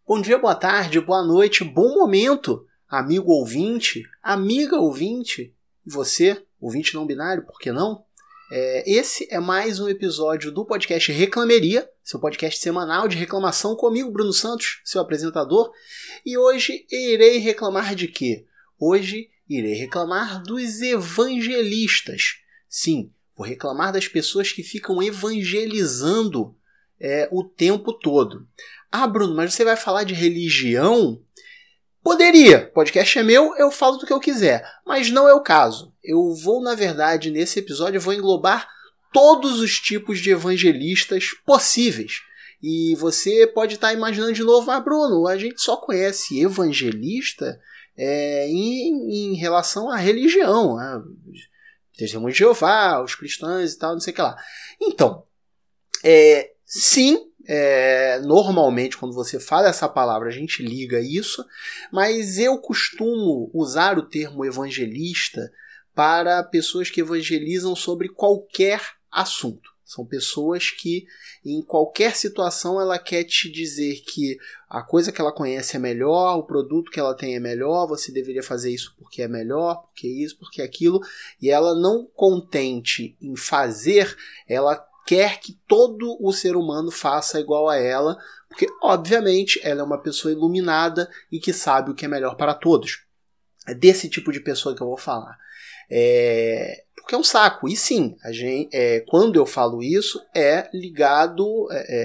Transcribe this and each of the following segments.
Bom dia, boa tarde, boa noite, bom momento, amigo ouvinte, amiga ouvinte, e você, ouvinte não binário, por que não? Esse é mais um episódio do podcast Reclameria, seu podcast semanal de reclamação comigo, Bruno Santos, seu apresentador, e hoje irei reclamar de quê? Hoje irei reclamar dos evangelistas. Sim, vou reclamar das pessoas que ficam evangelizando o tempo todo. Ah, Bruno, mas você vai falar de religião? Poderia. Podcast é meu, eu falo do que eu quiser. Mas não é o caso. Eu vou, na verdade, nesse episódio, eu vou englobar todos os tipos de evangelistas possíveis. E você pode estar imaginando de novo, Bruno, a gente só conhece evangelista em relação à religião. Testemunho de Jeová, os cristãos e tal, não sei o que lá. Então, sim, normalmente quando você fala essa palavra a gente liga isso, mas eu costumo usar o termo evangelista para pessoas que evangelizam sobre qualquer assunto. São pessoas que em qualquer situação ela quer te dizer que a coisa que ela conhece é melhor, o produto que ela tem é melhor, você deveria fazer isso porque é melhor, porque isso, porque aquilo, e ela não contente em fazer, ela quer que todo o ser humano faça igual a ela, porque, obviamente, ela é uma pessoa iluminada e que sabe o que é melhor para todos. É desse tipo de pessoa que eu vou falar. Porque é um saco. E sim, quando eu falo isso, é ligado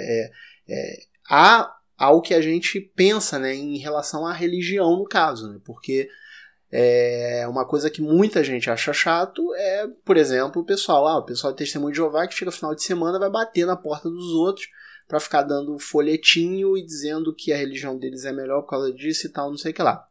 ao que a gente pensa, né, em relação à religião, no caso. Né, porque uma coisa que muita gente acha chato por exemplo, o pessoal de Testemunho de Jeová que chega no final de semana vai bater na porta dos outros para ficar dando folhetinho e dizendo que a religião deles é melhor por causa disso e tal, não sei o que lá.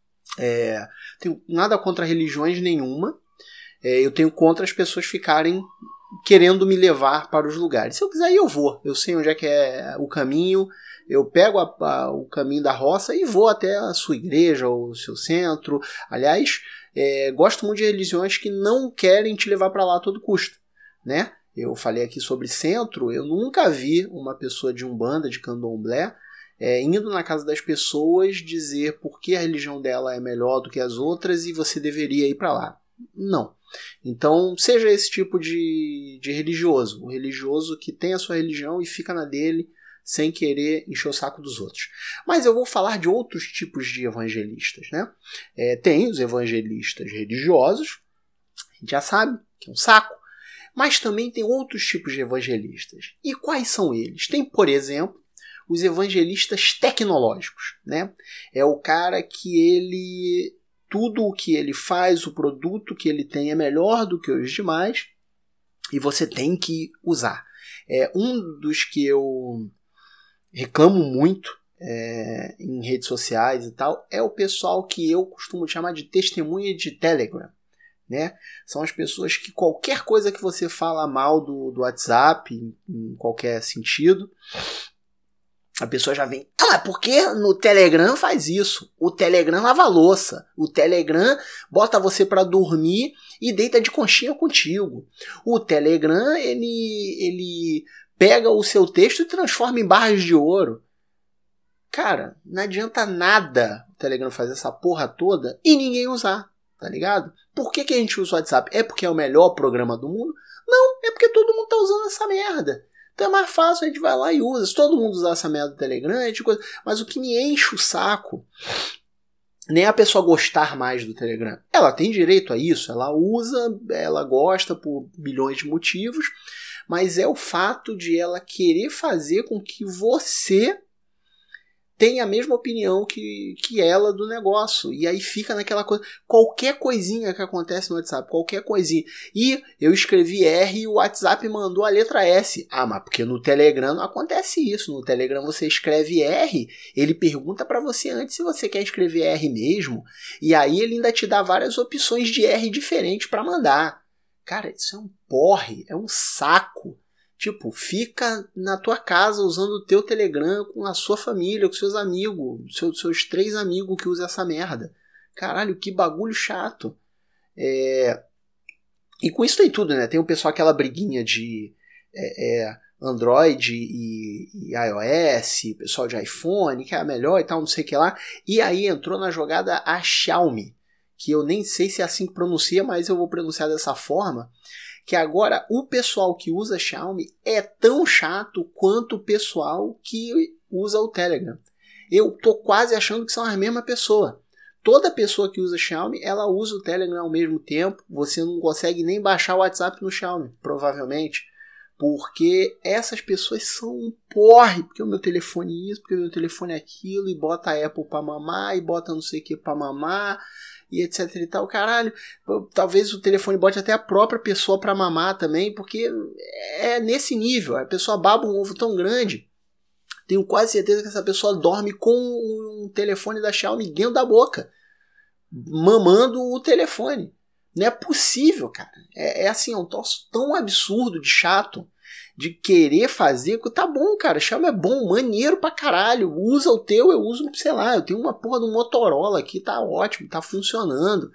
Tenho nada contra religiões nenhuma, eu tenho contra as pessoas ficarem querendo me levar para os lugares. Se eu quiser ir, eu vou. Eu sei onde é que é o caminho. Eu pego o caminho da roça e vou até a sua igreja ou o seu centro. Aliás, gosto muito de religiões que não querem te levar para lá a todo custo, né? Eu falei aqui sobre centro. Eu nunca vi uma pessoa de Umbanda, de Candomblé, indo na casa das pessoas dizer por que a religião dela é melhor do que as outras e você deveria ir para lá. Não. Então, seja esse tipo de religioso. O religioso que tem a sua religião e fica na dele sem querer encher o saco dos outros. Mas eu vou falar de outros tipos de evangelistas, né? Tem os evangelistas religiosos, a gente já sabe que é um saco, mas também tem outros tipos de evangelistas. E quais são eles? Tem, por exemplo, os evangelistas tecnológicos, né? É o cara que tudo o que ele faz, o produto que ele tem é melhor do que os demais e você tem que usar. Um dos que eu reclamo muito em redes sociais e tal é o pessoal que eu costumo chamar de testemunha de Telegram, né? São as pessoas que qualquer coisa que você fala mal do WhatsApp, em qualquer sentido, a pessoa já vem, porque no Telegram faz isso, o Telegram lava a louça, o Telegram bota você pra dormir e deita de conchinha contigo, o Telegram ele pega o seu texto e transforma em barras de ouro. Cara, não adianta nada o Telegram fazer essa porra toda e ninguém usar, tá ligado? Por que a gente usa o WhatsApp? É porque é o melhor programa do mundo? Não, é porque todo mundo tá usando essa merda. Então é mais fácil, a gente vai lá e usa. Se todo mundo usar essa merda do Telegram, mas o que me enche o saco nem a pessoa gostar mais do Telegram. Ela tem direito a isso, ela usa, ela gosta por milhões de motivos, mas é o fato de ela querer fazer com que você tem a mesma opinião que ela do negócio. E aí fica naquela coisa. Qualquer coisinha que acontece no WhatsApp, qualquer coisinha. E eu escrevi R e o WhatsApp mandou a letra S. Mas porque no Telegram não acontece isso. No Telegram você escreve R, ele pergunta pra você antes se você quer escrever R mesmo. E aí ele ainda te dá várias opções de R diferentes pra mandar. Cara, isso é um porre, é um saco. Tipo, fica na tua casa usando o teu Telegram com a sua família, com seus amigos, seus 3 amigos que usam essa merda. Caralho, que bagulho chato. E com isso tem tudo, né? Tem o pessoal aquela briguinha de Android e iOS, pessoal de iPhone, que é a melhor e tal, não sei o que lá. E aí entrou na jogada a Xiaomi, que eu nem sei se é assim que pronuncia, mas eu vou pronunciar dessa forma, que agora o pessoal que usa Xiaomi é tão chato quanto o pessoal que usa o Telegram. Eu tô quase achando que são a mesma pessoa. Toda pessoa que usa Xiaomi, ela usa o Telegram ao mesmo tempo. Você não consegue nem baixar o WhatsApp no Xiaomi, provavelmente. Porque essas pessoas são um porre. Porque o meu telefone é isso, porque o meu telefone é aquilo. E bota a Apple pra mamar, e bota não sei o que pra mamar, e etc e tal. Caralho, talvez o telefone bote até a própria pessoa pra mamar também. Porque é nesse nível. A pessoa baba um ovo tão grande. Tenho quase certeza que essa pessoa dorme com um telefone da Xiaomi dentro da boca, mamando o telefone. Não é possível, cara. É assim, é um troço tão absurdo de chato, de querer fazer. Tá bom, cara, Xiaomi é bom, maneiro pra caralho. Usa o teu, eu uso, sei lá, eu tenho uma porra do Motorola aqui, tá ótimo, tá funcionando.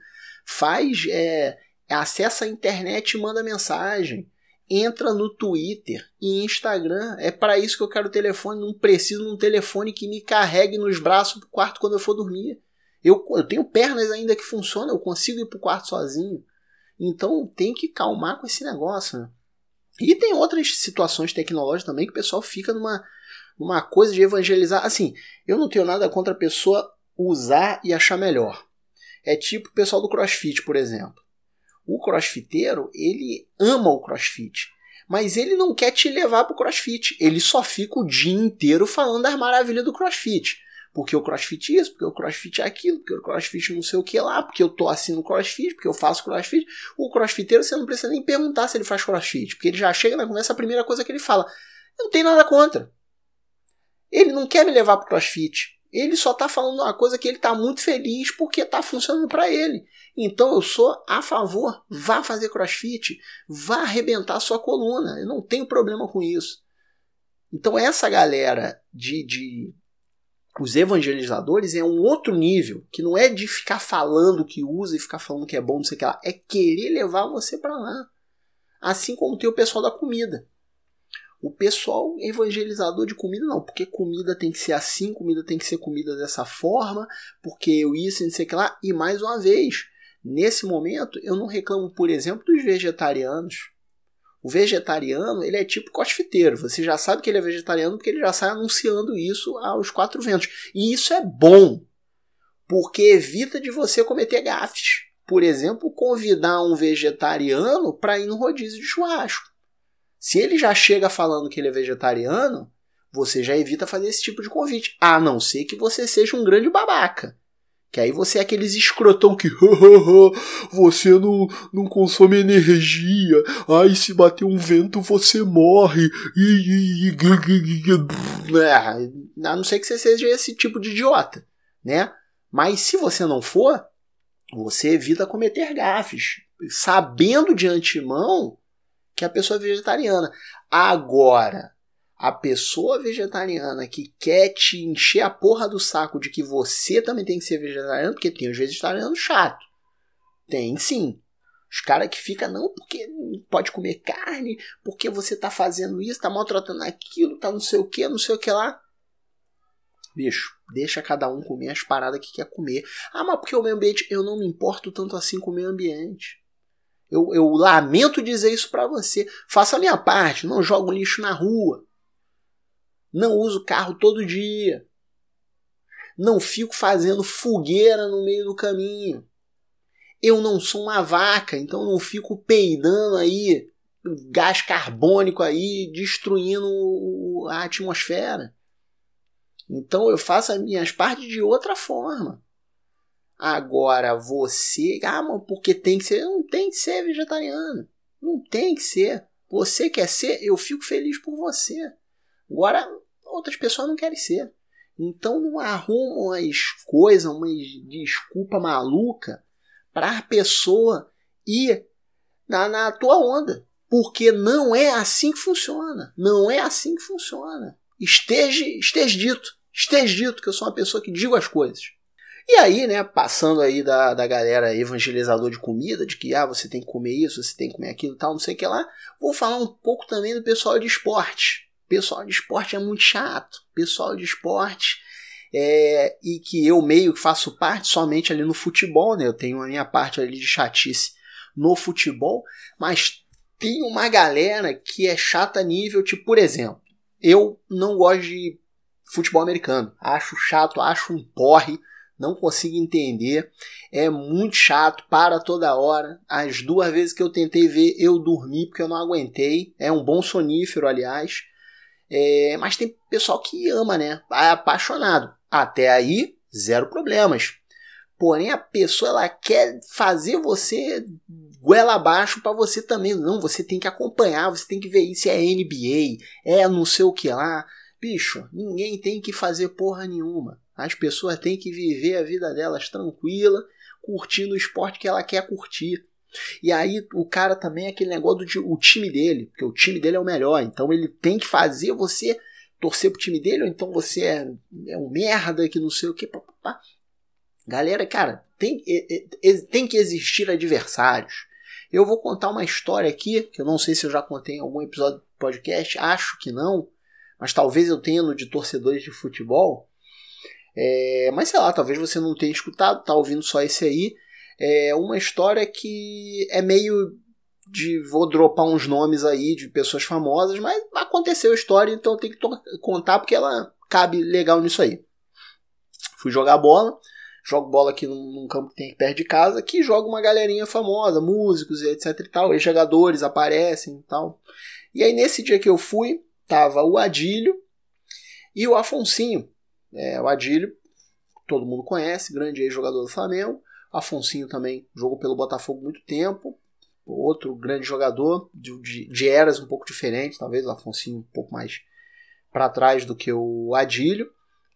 Acessa a internet e manda mensagem. Entra no Twitter e Instagram. É para isso que eu quero o telefone. Não preciso de um telefone que me carregue nos braços pro quarto quando eu for dormir. Eu tenho pernas ainda que funcionam. Eu consigo ir pro quarto sozinho. Então tem que calmar com esse negócio, né? E tem outras situações tecnológicas também que o pessoal fica numa coisa de evangelizar. Assim, eu não tenho nada contra a pessoa usar e achar melhor. É tipo o pessoal do CrossFit, por exemplo. O crossfiteiro, ele ama o crossfit, mas ele não quer te levar pro crossfit. Ele só fica o dia inteiro falando das maravilhas do crossfit. Porque o crossfit é isso, porque o crossfit é aquilo, porque o crossfit não sei o que lá, porque eu tô assim no crossfit, porque eu faço crossfit. O crossfiteiro, você não precisa nem perguntar se ele faz crossfit, porque ele já chega na conversa, a primeira coisa que ele fala: eu não tenho nada contra. Ele não quer me levar pro crossfit. Ele só tá falando uma coisa que ele tá muito feliz porque tá funcionando para ele. Então eu sou a favor, vá fazer crossfit, vá arrebentar a sua coluna. Eu não tenho problema com isso. Então essa galera os evangelizadores é um outro nível, que não é de ficar falando que usa e ficar falando que é bom, não sei o que lá. É querer levar você para lá. Assim como tem o pessoal da comida. O pessoal evangelizador de comida não, porque comida tem que ser assim, comida tem que ser comida dessa forma, porque eu isso, não sei o que lá. E mais uma vez, nesse momento, eu não reclamo, por exemplo, dos vegetarianos. O vegetariano, ele é tipo crossfiteiro. Você já sabe que ele é vegetariano porque ele já sai anunciando isso aos 4 ventos. E isso é bom, porque evita de você cometer gafes. Por exemplo, convidar um vegetariano para ir no rodízio de churrasco. Se ele já chega falando que ele é vegetariano, você já evita fazer esse tipo de convite. A não ser que você seja um grande babaca. Que aí você é aqueles escrotão que você não consome energia. Ai, se bater um vento você morre. A não ser que você seja esse tipo de idiota, né? Mas se você não for, você evita cometer gafes, sabendo de antemão que a pessoa é vegetariana. Agora, a pessoa vegetariana que quer te encher a porra do saco de que você também tem que ser vegetariano, porque tem os vegetarianos chatos. Tem sim. Os caras que ficam, não, porque não pode comer carne, porque você tá fazendo isso, tá maltratando aquilo, tá não sei o que lá. Bicho, deixa cada um comer as paradas que quer comer. Ah, mas porque o meio ambiente, eu não me importo tanto assim com o meio ambiente. Eu lamento dizer isso pra você. Faça a minha parte, não jogo lixo na rua. Não uso carro todo dia. Não fico fazendo fogueira no meio do caminho. Eu não sou uma vaca, então não fico peidando aí gás carbônico aí, destruindo a atmosfera. Então eu faço as minhas partes de outra forma. Agora você... Ah, mas porque tem que ser... Não tem que ser vegetariano. Não tem que ser. Você quer ser, eu fico feliz por você. Agora, outras pessoas não querem ser. Então não arruma umas coisas, umas desculpa maluca para a pessoa ir na tua onda. Porque não é assim que funciona. Não é assim que funciona. Esteja dito. Esteja dito que eu sou uma pessoa que digo as coisas. E aí, né, passando aí da galera evangelizador de comida, de que você tem que comer isso, você tem que comer aquilo e tal, não sei o que lá, vou falar um pouco também do pessoal de esporte. Pessoal de esporte é muito chato. Pessoal de esporte, e que eu meio que faço parte somente ali no futebol, né? Eu tenho a minha parte ali de chatice no futebol, mas tem uma galera que é chata nível, tipo, por exemplo, eu não gosto de futebol americano. Acho chato, acho um porre. Não consigo entender, é muito chato, para toda hora. As 2 vezes que eu tentei ver, eu dormi porque eu não aguentei. É um bom sonífero, aliás. Mas tem pessoal que ama, né? É apaixonado. Até aí, 0 problemas. Porém, a pessoa ela quer fazer você goela abaixo para você também. Não, você tem que acompanhar, você tem que ver isso. É NBA, é não sei o que lá. Bicho, ninguém tem que fazer porra nenhuma. As pessoas têm que viver a vida delas tranquila, curtindo o esporte que ela quer curtir. E aí o cara também é aquele negócio do time dele, porque o time dele é o melhor, então ele tem que fazer você torcer pro time dele, ou então você é um merda que não sei o que. Papapá. Galera, cara, tem que existir adversários. Eu vou contar uma história aqui, que eu não sei se eu já contei em algum episódio do podcast, acho que não, mas talvez eu tenha no de torcedores de futebol. Mas sei lá, talvez você não tenha escutado, tá ouvindo só esse aí. É uma história que é meio de... Vou dropar uns nomes aí de pessoas famosas, mas aconteceu a história, então eu tenho que contar porque ela cabe legal nisso aí. Fui jogar bola, jogo bola aqui num campo que tem aqui perto de casa, que joga uma galerinha famosa, músicos e etc e tal, ex-jogadores aparecem e tal. E aí nesse dia que eu fui, tava o Adílio e o Afonsinho. O Adílio, todo mundo conhece, grande ex-jogador do Flamengo. O Afonsinho também jogou pelo Botafogo muito tempo. Outro grande jogador, de eras um pouco diferentes, talvez o Afonsinho um pouco mais para trás do que o Adílio.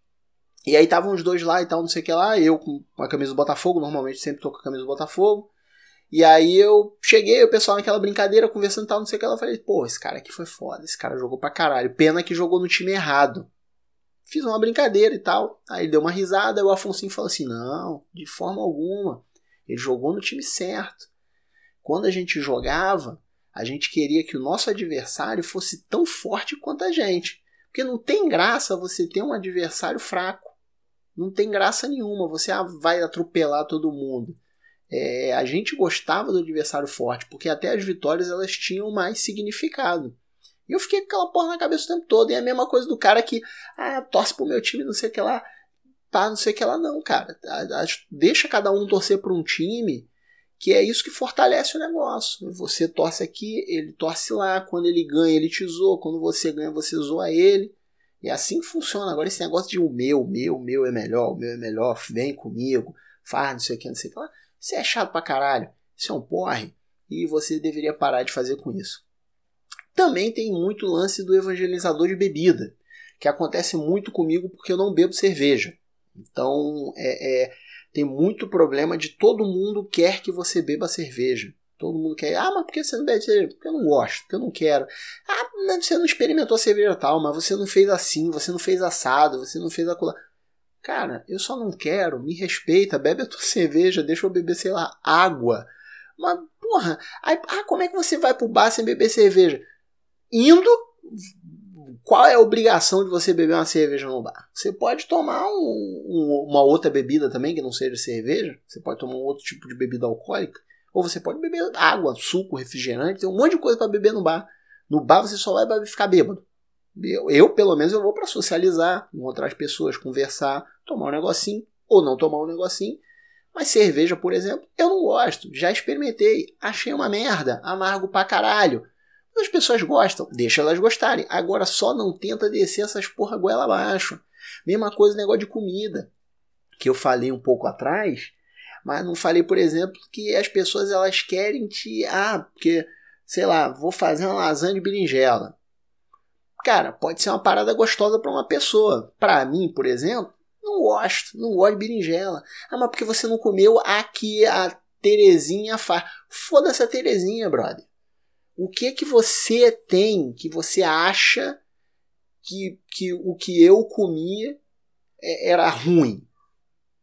E aí estavam os dois lá e tal, não sei o que lá. Eu com a camisa do Botafogo, normalmente sempre tô com a camisa do Botafogo. E aí eu cheguei, o pessoal naquela brincadeira, conversando e tal, não sei o que lá. Eu falei, pô, esse cara aqui foi foda, esse cara jogou pra caralho. Pena que jogou no time errado. Fiz uma brincadeira e tal. Aí ele deu uma risada e o Afonsinho falou assim, não, de forma alguma. Ele jogou no time certo. Quando a gente jogava, a gente queria que o nosso adversário fosse tão forte quanto a gente. Porque não tem graça você ter um adversário fraco. Não tem graça nenhuma. Você vai atropelar todo mundo. A gente gostava do adversário forte, porque até as vitórias elas tinham mais significado. E eu fiquei com aquela porra na cabeça o tempo todo. E é a mesma coisa do cara que torce pro meu time, não sei o que lá. Não sei o que lá, não, cara. Deixa cada um torcer por um time, que é isso que fortalece o negócio. Você torce aqui, ele torce lá. Quando ele ganha, ele te zoa. Quando você ganha, você zoa ele. E é assim que funciona. Agora esse negócio de o meu é melhor, vem comigo, faz não sei o que lá. Isso é chato pra caralho. Isso é um porre. E você deveria parar de fazer com isso. Também tem muito lance do evangelizador de bebida, que acontece muito comigo porque eu não bebo cerveja. Então, tem muito problema de todo mundo quer que você beba cerveja. Todo mundo quer, mas por que você não bebe cerveja? Porque eu não gosto, porque eu não quero. Mas você não experimentou cerveja tal, mas você não fez assim, você não fez assado, você não fez aquilo. Cara, eu só não quero, me respeita, bebe a tua cerveja, deixa eu beber, sei lá, água. Mas, porra, como é que você vai pro bar sem beber cerveja? Indo, qual é a obrigação de você beber uma cerveja no bar? Você pode tomar uma outra bebida também, que não seja cerveja. Você pode tomar um outro tipo de bebida alcoólica. Ou você pode beber água, suco, refrigerante. Tem um monte de coisa para beber no bar. No bar você só vai ficar bêbado. Eu, pelo menos, eu vou para socializar, encontrar as pessoas, conversar, tomar um negocinho ou não tomar um negocinho. Mas cerveja, por exemplo, eu não gosto. Já experimentei. Achei uma merda. Amargo pra caralho. As pessoas gostam, deixa elas gostarem. Agora só não tenta descer essas porra goela abaixo. Mesma coisa no negócio de comida, que eu falei um pouco atrás, mas não falei, por exemplo, que as pessoas elas querem porque, sei lá, vou fazer uma lasanha de berinjela. Cara, pode ser uma parada gostosa para uma pessoa. Para mim, por exemplo, não gosto de berinjela. Mas porque você não comeu aqui a Terezinha faz. Foda-se a Terezinha, brother. O que você tem que você acha que o que eu comia era ruim?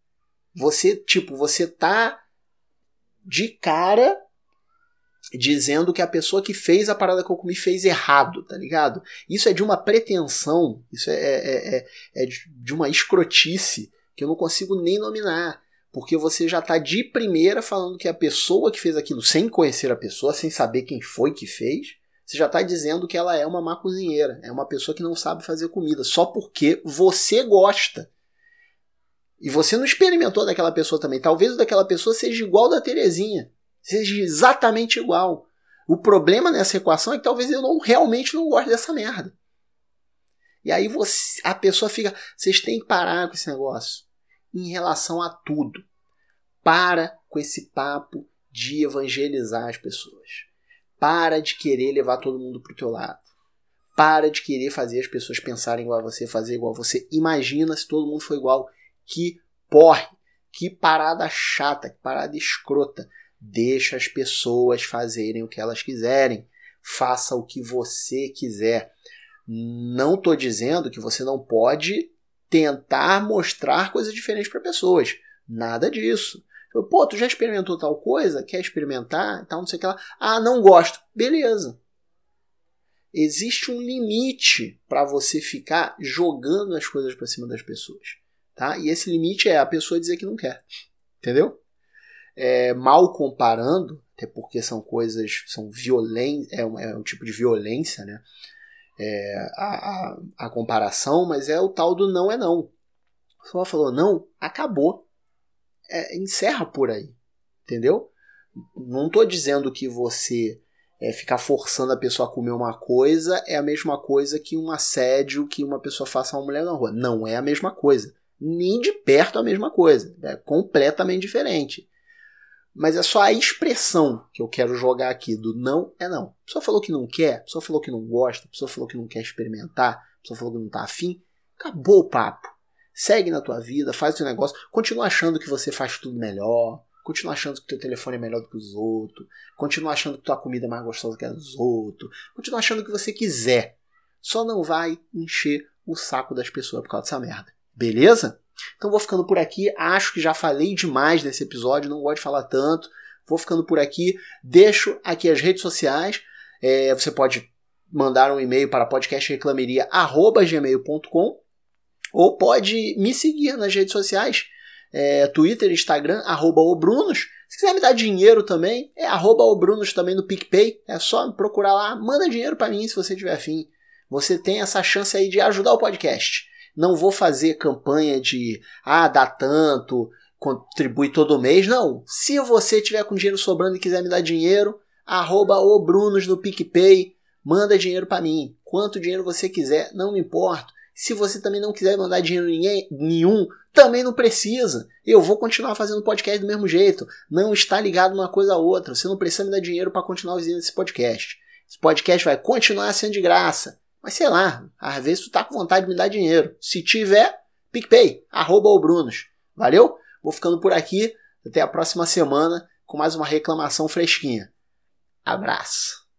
Você tá de cara dizendo que a pessoa que fez a parada que eu comi fez errado, tá ligado? Isso é de uma pretensão, isso é de uma escrotice que eu não consigo nem nominar. Porque você já tá de primeira falando que a pessoa que fez aquilo, sem conhecer a pessoa, sem saber quem foi que fez, você já tá dizendo que ela é uma má cozinheira, é uma pessoa que não sabe fazer comida, só porque você gosta. E você não experimentou daquela pessoa também. Talvez o daquela pessoa seja igual ao da Terezinha. Seja exatamente igual. O problema nessa equação é que talvez eu realmente não goste dessa merda. E aí a pessoa fica... Vocês têm que parar com esse negócio. Em relação a tudo. Para com esse papo de evangelizar as pessoas. Para de querer levar todo mundo pro teu lado. Para de querer fazer as pessoas pensarem igual a você, fazer igual a você. Imagina se todo mundo for igual. Que porre. Que parada chata. Que parada escrota. Deixa as pessoas fazerem o que elas quiserem. Faça o que você quiser. Não estou dizendo que você não pode tentar mostrar coisas diferentes para pessoas. Nada disso. Pô, tu já experimentou tal coisa? Quer experimentar? Tal, não sei o que lá. Ah, não gosto. Beleza. Existe um limite para você ficar jogando as coisas para cima das pessoas. Tá? E esse limite é a pessoa dizer que não quer. Entendeu? Mal comparando, até porque são coisas, são violência, é um tipo de violência, né? A comparação, mas é o tal do não é não. Só falou não, acabou. Encerra por aí, entendeu? Não estou dizendo que você ficar forçando a pessoa a comer uma coisa é a mesma coisa que um assédio que uma pessoa faça a uma mulher na rua. Não é a mesma coisa. Nem de perto a mesma coisa. É completamente diferente. Mas é só a expressão que eu quero jogar aqui do não é não. A pessoa falou que não quer, a pessoa falou que não gosta, a pessoa falou que não quer experimentar, a pessoa falou que não tá afim. Acabou o papo. Segue na tua vida, faz o teu negócio, continua achando que você faz tudo melhor, continua achando que o teu telefone é melhor do que os outros, continua achando que tua comida é mais gostosa que a dos outros, continua achando o que você quiser. Só não vai encher o saco das pessoas por causa dessa merda. Beleza? Então vou ficando por aqui, acho que já falei demais nesse episódio, não gosto de falar tanto, vou ficando por aqui, deixo aqui as redes sociais, você pode mandar um e-mail para podcastreclameria@gmail.com ou pode me seguir nas redes sociais, Twitter, Instagram, @obrunos, se quiser me dar dinheiro também, @obrunos também no PicPay, é só me procurar lá, manda dinheiro para mim se você tiver afim, você tem essa chance aí de ajudar o podcast. Não vou fazer campanha de dá tanto, contribui todo mês. Não. Se você tiver com dinheiro sobrando e quiser me dar dinheiro, @obrunos no PicPay, manda dinheiro para mim. Quanto dinheiro você quiser, não me importo. Se você também não quiser mandar dinheiro nenhum, também não precisa. Eu vou continuar fazendo podcast do mesmo jeito. Não está ligado uma coisa a outra. Você não precisa me dar dinheiro para continuar fazendo esse podcast. Esse podcast vai continuar sendo de graça. Mas sei lá, às vezes tu tá com vontade de me dar dinheiro. Se tiver, PicPay, @obrunos. Valeu? Vou ficando por aqui. Até a próxima semana com mais uma reclamação fresquinha. Abraço.